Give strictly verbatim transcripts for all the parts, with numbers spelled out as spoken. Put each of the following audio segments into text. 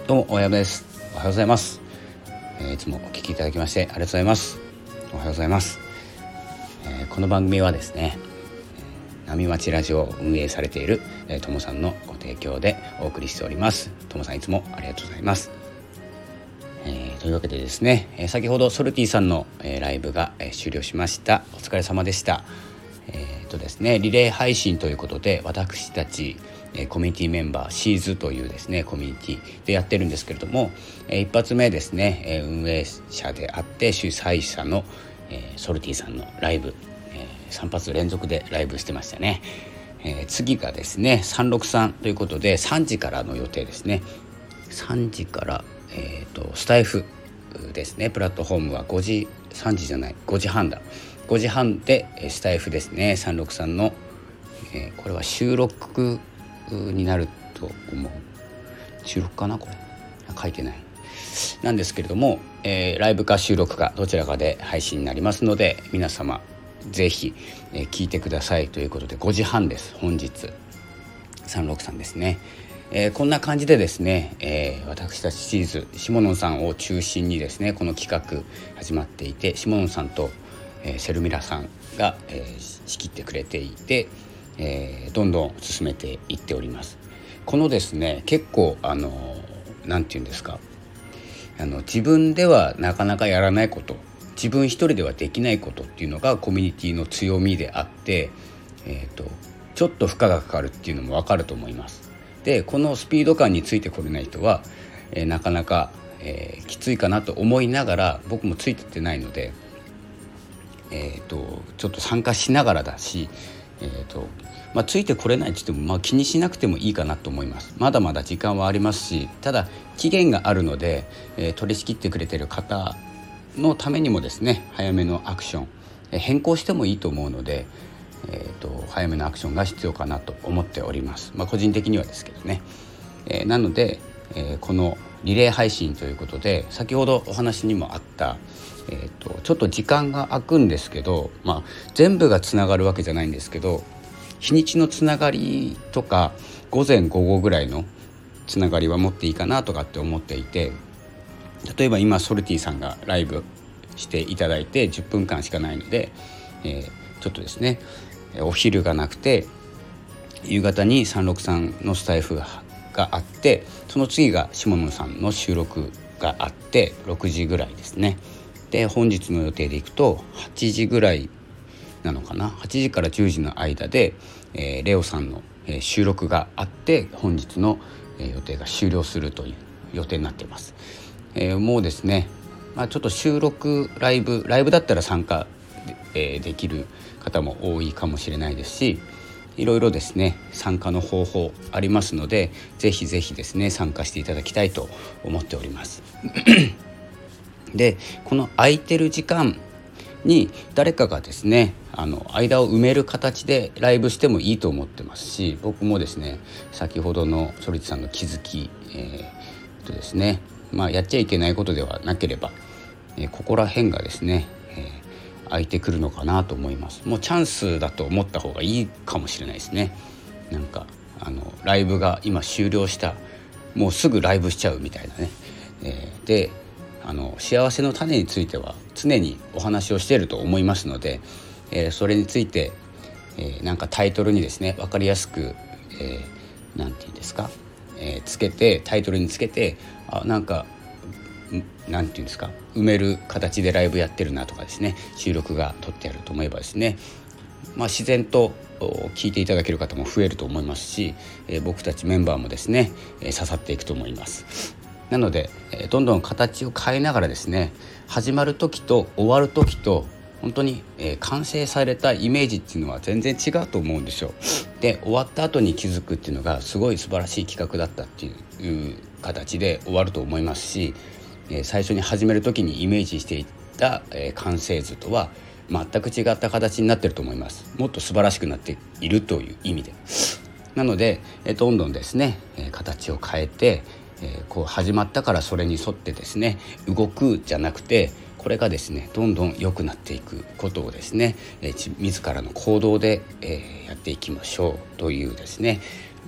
どうも大山です。おはようございます、えー、いつもお聞きいただきましてありがとうございます。おはようございます、えー、この番組はですね、波町ラジオを運営されているともさんのご提供でお送りしております。ともさんいつもありがとうございます。えー、というわけでですね、えー、先ほどソルティさんの、えー、ライブが、えー、終了しました。お疲れ様でした。えーとですね、リレー配信ということで私たち、えー、コミュニティメンバーシーズというですねコミュニティでやってるんですけれども、えー、一発目ですね、えー、運営者であって主催者の、えー、ソルティさんのライブ、えー、さん発連続でライブしてましたね。えー、次がですねさんろくさんということでさんじからの予定ですね。さんじから、えー、とスタイフですね。プラットフォームはごじさんじじゃないごじはんだごじはんでスタイフですね。さんろくさんの、えー、これは収録になると思う。収録かな、これ書いてないなんですけれども、えー、ライブか収録かどちらかで配信になりますので、皆様ぜひ、えー、聞いてくださいということでごじはんです。本日さんろくさんですね。えー、こんな感じでですね、えー、私たちシーズ下野さんを中心にですねこの企画始まっていて、下野さんと、えー、セルミラさんが、えー、仕切ってくれていて、えー、どんどん進めていっております。このですね結構あのなんていうんですか、あの自分ではなかなかやらないこと、自分一人ではできないことっていうのがコミュニティの強みであって、えーと、ちょっと負荷がかかるっていうのも分かると思います。でこのスピード感についてこれない人は、えー、なかなか、えー、きついかなと思いながら、僕もついてってないので、えーと、ちょっと参加しながらだし、えーとまあ、ついてこれないって言っても、まあ、気にしなくてもいいかなと思います。まだまだ時間はありますし、ただ期限があるので、えー、取り仕切ってくれてる方のためにもですね、早めのアクション、えー、変更してもいいと思うので、えーと、早めのアクションが必要かなと思っております。まあ、個人的にはですけどね、えー、なので、えー、このリレー配信ということで、先ほどお話にもあった、えーと、ちょっと時間が空くんですけど、まあ、全部がつながるわけじゃないんですけど、日にちのつながりとか午前午後ぐらいのつながりは持っていいかなとかって思っていて、例えば今ソルティさんがライブしていただいてじゅっぷんかんしかないので、えー、ちょっとですねお昼がなくて夕方にさんろくさんのスタイフがあって、その次が下野さんの収録があってろくじぐらいですね。で本日の予定でいくとはちじぐらいなのかな、はちじからじゅうじの間で、えー、レオさんの、えー、収録があって本日の、えー、予定が終了するという予定になっています。えー、もうですね、まあ、ちょっと収録ライブライブだったら参加 で,、えー、できる方も多いかもしれないですし、いろいろですね参加の方法ありますので、ぜひぜひですね参加していただきたいと思っておりますでこの空いてる時間に誰かがですねあの間を埋める形でライブしてもいいと思ってますし、僕もですね先ほどのソリツさんの気づき、えー、とですね、まあ、やっちゃいけないことではなければ、えー、ここら辺がですね、えー、空いてくるのかなと思います。もうチャンスだと思った方がいいかもしれないですね。なんかあのライブが今終了した、もうすぐライブしちゃうみたいなね、えー、であの幸せの種については常にお話をしていると思いますので、えー、それについて、えー、なんかタイトルにですね分かりやすく、えー、なんていうんですか、えー、つけてタイトルにつけて、あなんかなんていうんですか、埋める形でライブやってるなとかですね、収録が撮ってあると思えばですね、まあ、自然と聞いていただける方も増えると思いますし、えー、僕たちメンバーもですね、えー、刺さっていくと思います。なので、えー、どんどん形を変えながらですね、始まる時と終わる時と本当に、えー、完成されたイメージっていうのは全然違うと思うんですよ。で終わった後に気づくっていうのがすごい素晴らしい企画だったっていう形で終わると思いますし、えー、最初に始める時にイメージしていた、えー、完成図とは全く違った形になってると思います。もっと素晴らしくなっているという意味で。なので、えー、どんどんですね、えー、形を変えて、えー、こう始まったからそれに沿ってですね動くじゃなくて、これがですねどんどん良くなっていくことをですね、えー、自らの行動で、えー、やっていきましょうというですね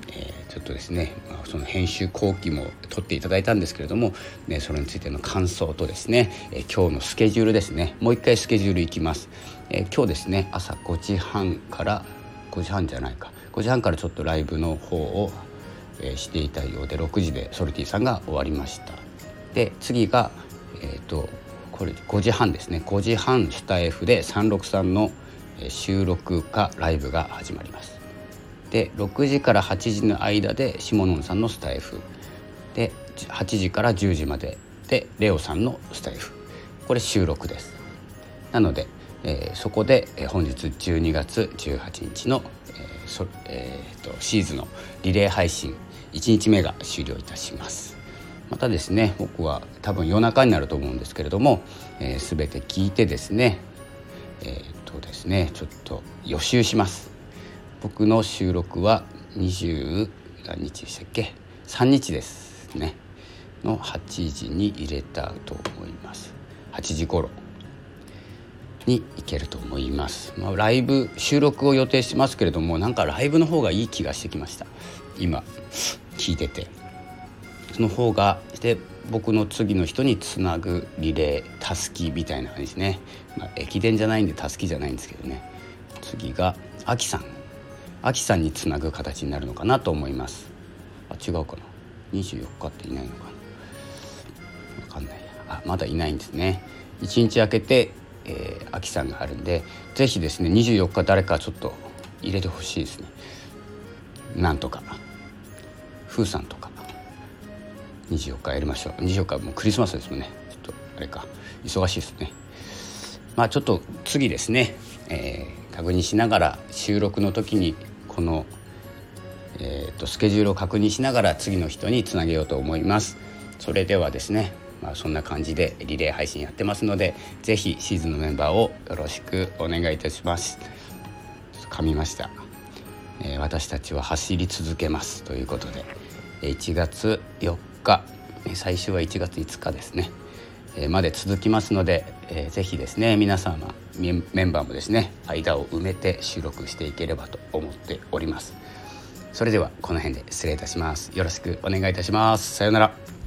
えー、ちょっとですね、まあ、その編集後期も撮っていただいたんですけれども、ね、それについての感想とですね、えー、今日のスケジュールですね、もう一回スケジュールいきます。えー、今日ですね朝ごじはんからごじはんじゃないかごじはんからちょっとライブの方を、えー、していたようでろくじでソルティさんが終わりました。で次が、えー、とこれごじはんですね、ごじはんスタイフでさんろくさんの収録かライブが始まります。でろくじからはちじの間でシモノンさんのスタイフで、はちじからじゅうじまででレオさんのスタイフ、これ収録です。なので、えー、そこで、えー、本日じゅうにがつじゅうはちにちの、えーそえー、とシーズのリレー配信いちにちめが終了いたします。またですね、僕は多分夜中になると思うんですけれども、えー、全て聞いてですね、えー、とですねちょっと予習します。僕の収録はにじゅう何日でしたっけ、さんにちですねのはちじに入れたと思います。はちじ頃に行けると思います。まあ、ライブ収録を予定しますけれども、なんかライブの方がいい気がしてきました。今聞いてて、その方がで僕の次の人につなぐリレーたすきみたいな感じですね。まあ、駅伝じゃないんでたすきじゃないんですけどね、次がアキさんアキさんにつなぐ形になるのかなと思います。あ、違うかな、にじゅうよっかっていないのかな、わかんない。あ、まだいないんですね。いちにち空けて、えー、アキさんがあるんで、ぜひですねにじゅうよっか誰かちょっと入れてほしいですね。なんとかフーさんとかにじゅうよっかやりましょう。にじゅうよっかもうクリスマスですもんね。ちょっとあれか、忙しいですね。まあちょっと次ですね、えー、確認しながら収録の時にこの、えー、とスケジュールを確認しながら次の人につなげようと思います。それではですね、まあ、そんな感じでリレー配信やってますので、ぜひシーズンのメンバーをよろしくお願いいたします。ちょっと噛みました。えー、私たちは走り続けますということで、いちがつよっか、最終はいちがついつかですね、えー、まで続きますので、えー、ぜひですね皆様メンバーもですね間を埋めて収録していければと思っております。それではこの辺で失礼いたします。よろしくお願いいたします。さようなら。